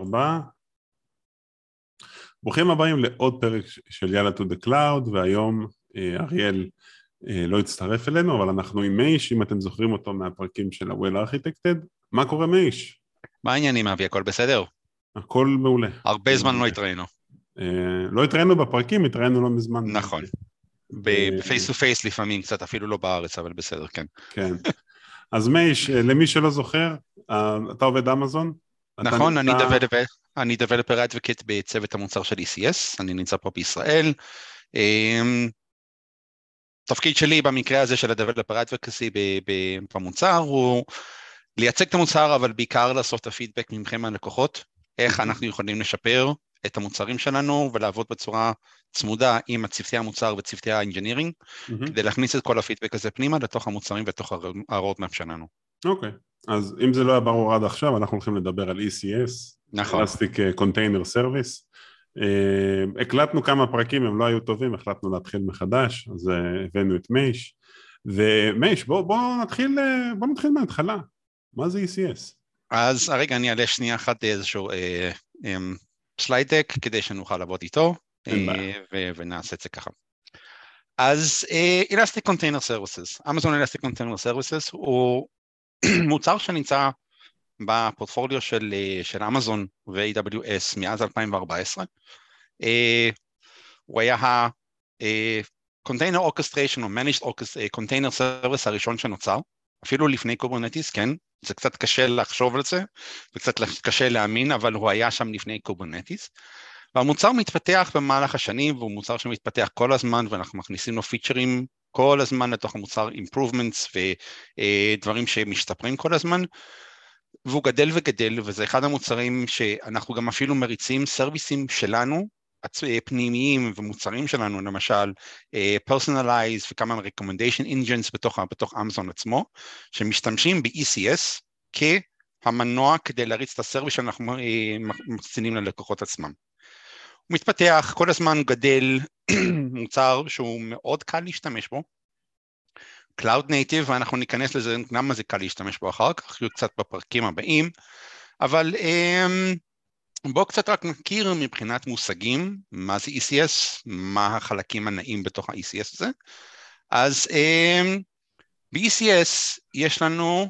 4. ברוכים הבאים לעוד פרק של יאללה to the cloud, והיום אריאל לא הצטרף אלינו, אבל אנחנו עם מייש, אם אתם זוכרים אותו מהפרקים של ה-Well Architected. מה קורה מייש? מה העניינים אבי? הכל בסדר? הכל מעולה. הרבה זמן לא התראינו. לא התראינו בפרקים, התראינו לא מזמן. נכון. בפייס טו פייס לפעמים, קצת אפילו לא בארץ, אבל בסדר, כן. כן. אז מייש, למי שלא זוכר, אתה עובד אמזון? נכון, אני developer advocate בצוות המוצר של ECS, אני נמצא פה בישראל. תפקיד שלי במקרה הזה של ה-developer advocacy במוצר הוא לייצג את המוצר, אבל בעיקר לעשות את הפידבק ממכם הלקוחות, איך אנחנו יכולים לשפר את המוצרים שלנו ולעבוד בצורה צמודה עם צוותי המוצר וצוותי האנג'ינירינג, כדי להכניס את כל הפידבק הזה פנימה לתוך המוצרים ותוך הרודמפ שלנו. אוקיי, אז אם זה לא היה ברור עד עכשיו, אנחנו הולכים לדבר על ECS, נכון. Elastic Container Service. הקלטנו כמה פרקים, הם לא היו טובים, החלטנו להתחיל מחדש, אז הבאנו את מייש. ומייש, בוא נתחיל מההתחלה. מה זה ECS? אז רגע, אני אעלה שנייה אחת איזשהו סלייד דק, כדי שנוכל לעבוד איתו, ונעשה את זה ככה. אז Elastic Container Services, Amazon Elastic Container Services, הוא מוצר שנמצא בפורטפוליו של אמזון ו-AWS מאז 2014. הוא היה ה-Container Orchestration או Managed Container Service הראשון שנוצר, אפילו לפני קוברנטיס, כן? זה קצת קשה לחשוב על זה, וקצת קשה להאמין, אבל הוא היה שם לפני קוברנטיס. והמוצר מתפתח במהלך השנים, והוא מוצר שמתפתח כל הזמן, ואנחנו מכניסים לו פיצ'רים כל הזמן לתוך המוצר, improvements ודברים שמשתפרים כל הזמן, והוא גדל וגדל, וזה אחד המוצרים שאנחנו גם אפילו מריצים סרוויסים שלנו, פנימיים ומוצרים שלנו, למשל, personalize וכמה recommendation engines בתוך אמזון עצמו, שמשתמשים ב-ECS כהמנוע כדי להריץ את הסרוויס שאנחנו מקצינים ללקוחות עצמם. הוא מתפתח, כל הזמן גדל, מוצר שהוא מאוד קל להשתמש בו, Cloud Native, ואנחנו ניכנס לזה, למה זה קל להשתמש בו אחר כך, קצת בפרקים הבאים, אבל בואו קצת רק נכיר מבחינת מושגים, מה זה ECS, מה החלקים הנעים בתוך ה-ECS הזה. אז ב-ECS יש לנו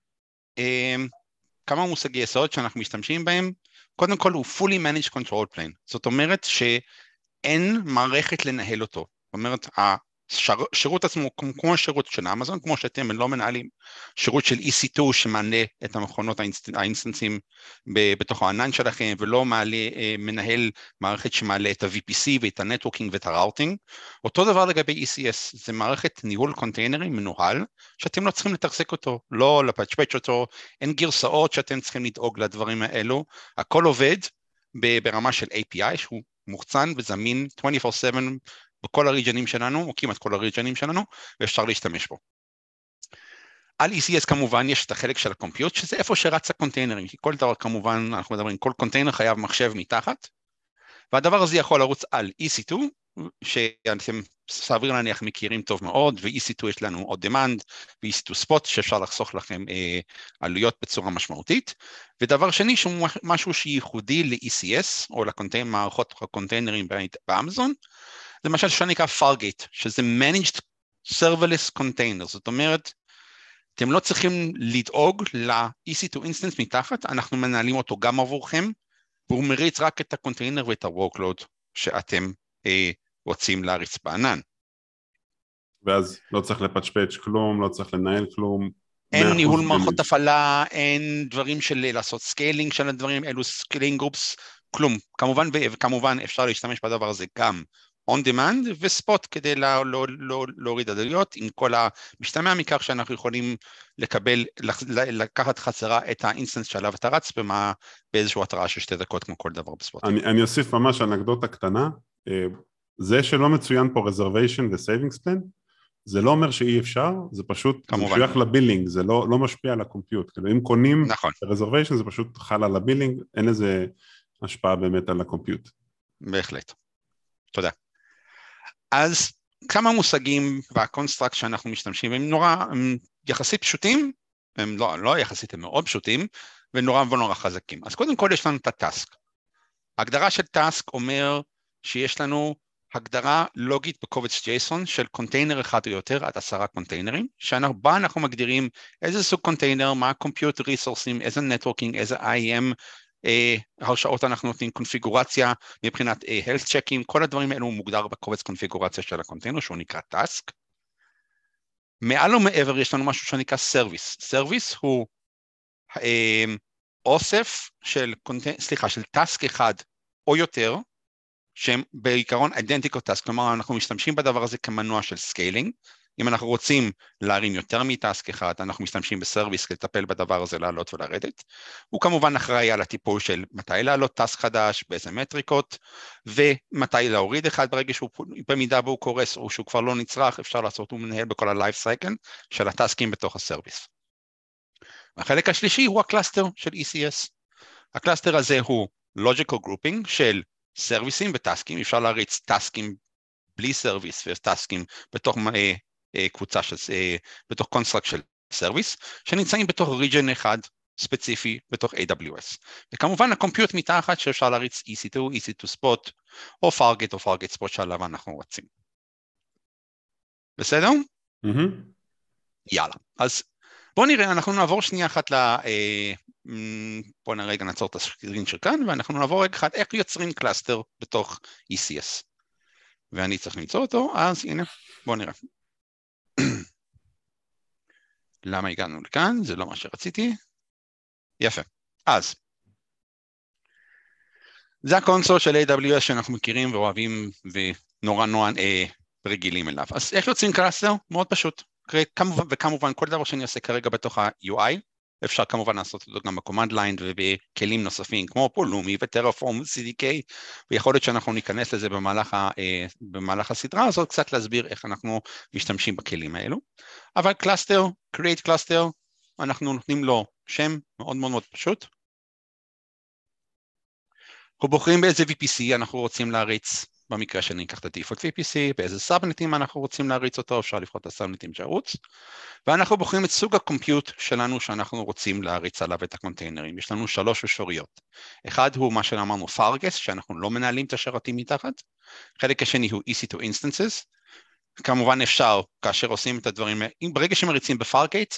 כמה מושגי יסוד שאנחנו משתמשים בהם. קודם כל הוא fully managed control plane, זאת אומרת שאין מערכת לנהל אותו, זאת אומרת השירות עצמו כמו השירות של אמזון, כמו שאתם לא מנהלים שירות של EC2 שמעלה את המכונות האינסטנסים בתוך הענן שלכם, ולא מנהל מערכת שמעלה את ה-VPC ואת הנטוורקינג ואת הראוטינג. אותו דבר לגבי ECS, זה מערכת ניהול קונטיינרים מנוהל, שאתם לא צריכים לתחזק אותו, לא לפצ'פץ' אותו, אין גרסאות שאתם צריכים לדאוג לדברים האלו, הכל עובד ברמה של API שהוא מוחצן וזמין 24/7 בכל הריג'נים שלנו, או כמעט כל הריג'נים שלנו, ואפשר להשתמש בו. על ECS כמובן יש את החלק של הקומפיוט, שזה איפה שרץ הקונטיינרים, כי כל דבר כמובן, אנחנו מדברים, כל קונטיינר חייב מחשב מתחת, והדבר הזה יכול לרוץ על EC2, שאתם סביר להניח מכירים טוב מאוד, ו-EC2 יש לנו עוד demand, ו-EC2 spot, שאפשר לחסוך לכם עלויות בצורה משמעותית, ודבר שני, שהוא משהו שייחודי ל-ECS, או מערכות הקונטיינרים באמזון, זה למשל שנקרא Fargate, שזה Managed Serverless Container, זאת אומרת, אתם לא צריכים לדאוג ל-EC2 Instance מתחת, אנחנו מנהלים אותו גם עבורכם, והוא מריץ רק את הקונטיינר ואת ה-workload שאתם רוצים להריץ בענן. ואז לא צריך לפצ'פץ' כלום, לא צריך לנהל כלום. אין ניהול מערכות הפעלה, אין דברים של לעשות סקיילינג של הדברים, אלו סקיילינג גרופס, כלום. כמובן אפשר להשתמש בדבר הזה גם on demand וספוט כדי להוריד עלויות, עם כל המשתמע מכך שאנחנו יכולים לקחת חזרה את האינסטנס שעליו אתה רץ באיזושהי התראה של 2 דקות כמו כל דבר בספוט. אני אוסיף ממש אנקדוטה קטנה, זה שלא מצוין פה reservation ו-savings plan, זה לא אומר שאי אפשר, זה פשוט, זה משוייך לבילינג, זה לא משפיע על הקומפיוט, כאילו אם קונים reservation זה פשוט חל על הבילינג, אין איזה השפעה באמת על הקומפיוט. בהחלט, תודה. אז כמה מושגים והקונסטרקט שאנחנו משתמשים, הם יחסית פשוטים, הם לא יחסית, הם מאוד פשוטים, ונורא ונורא חזקים. אז קודם כל יש לנו את הטאסק. ההגדרה של טאסק אומר שיש לנו הגדרה לוגית בקובץ JSON של קונטיינר אחד או יותר עד 10 קונטיינרים, שבה אנחנו מגדירים איזה סוג קונטיינר, מה ה-compute resources, איזה נטוורקינג, איזה IAM, הרשאות אנחנו נותנים, קונפיגורציה מבחינת health checking, כל הדברים האלו מוגדר בקובץ קונפיגורציה של הקונטיינר, שהוא נקרא טאסק. מעל ומעבר יש לנו משהו שנקרא סרוויס. סרוויס הוא אוסף של טאסק אחד או יותר, שהם בעיקרון identical task, כלומר אנחנו משתמשים בדבר הזה כמנוע של scaling, אם אנחנו רוצים להרים יותר מטאסק אחד, אנחנו משתמשים בסרוויס לטפל בדבר הזה, לעלות ולרדת, הוא כמובן אחראי על הטיפול של מתי לעלות טאסק חדש, באיזה מטריקות, ומתי להוריד אחד ברגע שהוא, במידה בו הוא קורס או שהוא כבר לא נצרך, אפשר לעשות, הוא מנהל בכל ה-life cycle של הטאסקים בתוך הסרוויס. החלק השלישי הוא הקלאסטר של ECS. הקלאסטר הזה הוא logical grouping של סרוויסים וטאסקים, אפשר להריץ טאסקים בלי סרוויס וטאסקים בתוך קבוצה בתוך קונסטרקט של סרוויס, שנמצאים בתוך ריג'ן אחד ספציפי בתוך AWS. וכמובן הקומפיוט מתחת שאפשר להריץ EC2, EC2 Spot, או Fargate או Fargate Spot שעליו אנחנו רוצים. בסדר? יאללה. אז בואו נראה, אנחנו נעבור שנייה אחת בואו רגע נעצור את הסקרין של כאן, ואנחנו נעבור רגע אחד איך יוצרים קלאסטר בתוך ECS. ואני צריך למצוא אותו, אז הנה, בואו נראה. למה הגענו לכאן? זה לא מה שרציתי. יפה. אז, זה הקונסול של AWS שאנחנו מכירים ואוהבים ונורא רגילים אליו. אז איך יוצרים קלאסטר? מאוד פשוט. וכמובן כל דבר שאני עושה כרגע בתוך ה-UI, אפשר כמובן לעשות אותו גם בקומנד ליין ובכלים נוספים כמו פולומי וטרפורם ו-CDK, ויכול להיות שאנחנו ניכנס לזה במהלך הסדרה הזאת, קצת להסביר איך אנחנו משתמשים בכלים האלו. אבל קלאסטר, create קלאסטר, אנחנו נותנים לו שם מאוד מאוד מאוד פשוט. אנחנו בוחרים באיזה VPC אנחנו רוצים להריץ, במקרה שאני אקח את ה-Default VPC, באיזה סאבנטים אנחנו רוצים להריץ אותו, אפשר לבחור את הסאבנטים שערוץ, ואנחנו בוחרים את סוג הקומפיוט שלנו שאנחנו רוצים להריץ עליו את הקונטיינרים. יש לנו 3 אפשרויות. אחד הוא מה שאמרנו Fargate, שאנחנו לא מנהלים את השרתים מתחת, חלק השני הוא EC2 Instances, כמובן אפשר כאשר עושים את הדברים, ברגע שמריצים ב-Fargate,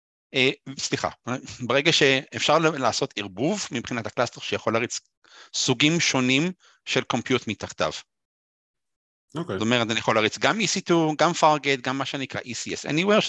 ברגע שאפשר לעשות ערבוב מבחינת הקלאסטר שיכול להריץ סוגים שונים של קומפיוט מתחתיו. Okay. זאת אומרת, אני יכול להריץ גם EC2, גם Fargate, גם מה שנקרא ECS Anywhere,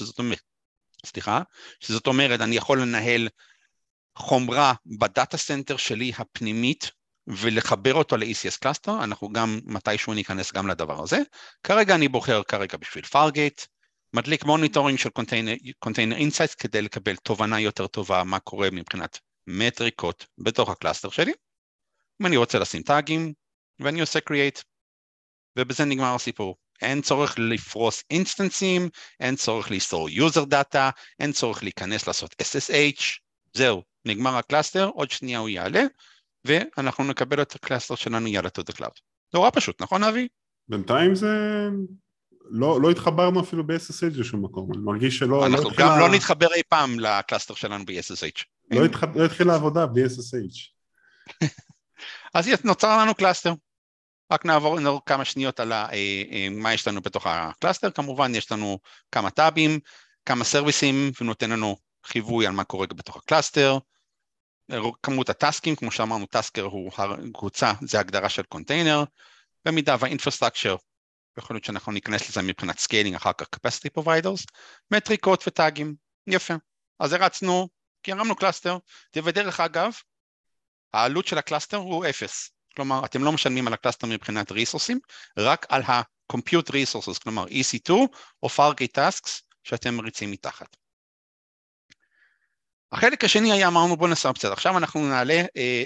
שזאת אומרת, אני יכול לנהל חומרה בדאטה סנטר שלי הפנימית, ולחבר אותו ל-ECS קלאסטר, אנחנו גם מתישהו ניכנס גם לדבר הזה. כרגע אני בוחר בשביל Fargate, מדליק מוניטורינג של קונטיינר אינסייטס, כדי לקבל תובנה יותר טובה מה קורה מבחינת מטריקות בתוך הקלאסטר שלי. אם אני רוצה לשים טאגים, ואני עושה create, ובזה נגמר הסיפור. אין צורך לפרוס אינסטנסים, אין צורך ליצור user data, אין צורך להיכנס לעשות SSH, זהו, נגמר הקלאסטר, עוד שנייה הוא יעלה, ואנחנו נקבל את הקלאסטר שלנו יעלה to the cloud. נורא פשוט, נכון אבי? בינתיים זה... לא התחברנו אפילו ב-SSH לשום מקום, אני מרגיש שלא... אנחנו גם לא נתחבר אי פעם לקלאסטר שלנו ב-SSH. לא התחילה העבודה ב-SSH. אז נוצר לנו קלאסטר. רק נעבור כמה שניות על מה יש לנו בתוך הקלאסטר, כמובן יש לנו כמה טאבים, כמה סרוויסים, ונותן לנו חיווי על מה קורה בתוך הקלאסטר, כמות הטאסקים, כמו שאמרנו, טאסקר הוא קבוצה, זה הגדרה של קונטיינר, במידה והאינפרסטרקצ'ר, יכול להיות שאנחנו ניכנס לזה מבחינת סקיילינג, אחר כך capacity providers, מטריקות וטאגים, יפה. אז הרצנו, כי הרמנו קלאסטר, ודרך אגב, העלות של הקלאסטר הוא 0, כלומר, אתם לא משלמים על הקלאסטר מבחינת ריסורסים, רק על ה-compute resources, כלומר EC2 או Fargate tasks שאתם מריצים מתחת. החלק השני היה, אמרנו בוא נעשה בסדר, עכשיו אנחנו נעלה,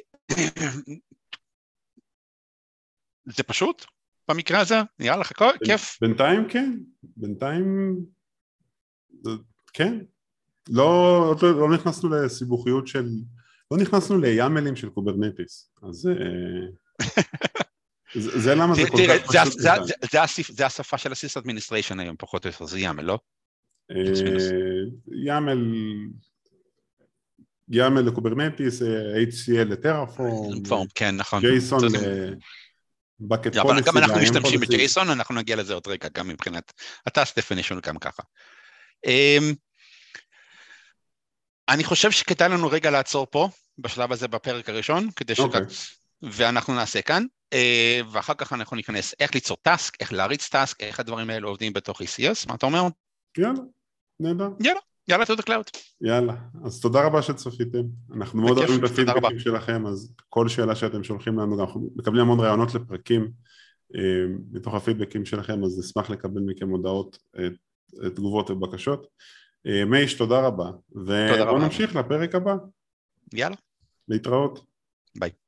זה פשוט, במקרה הזה, נראה לך כיף? בינתיים כן, בינתיים, כן, לא נכנסנו לסיבוכיות של, לא נכנסנו ליאמלים של קוברנטיס, אז זה למה זה כל כך פשוט. זה השפה של הסיס אדמיניסטריישן היום, פחות או יותר, זה יאמל, לא? יאמל, YAML לקוברנטיס, HCL לטראפורם, כן, נכון. JSON לבקט פוליסי. גם אנחנו משתמשים ב-JSON, אנחנו נגיע לזה עוד רגע, גם מבחינת ה-task definition גם ככה. אני חושב שכדאי לנו רגע לעצור פה, בשלב הזה בפרק הראשון, כדי ואנחנו נעשה כאן, ואחר כך אנחנו ניכנס איך ליצור טאסק, איך להריץ טאסק, איך הדברים האלה עובדים בתוך ECS, מה אתה אומר? יאללה, נהדר. יאללה, to the cloud. יאללה, אז תודה רבה שצפיתם, אנחנו מאוד אוהבים את הפידבקים שלכם, אז כל שאלה שאתם שולחים לנו, אנחנו מקבלים המון רעיונות לפרקים, מתוך הפידבקים שלכם, אז נשמח לקבל מכם הודעות, תגובות ובקשות. מייש, תודה רבה, ובואו נמשיך לפרק הבא. יאללה. להתראות. ביי.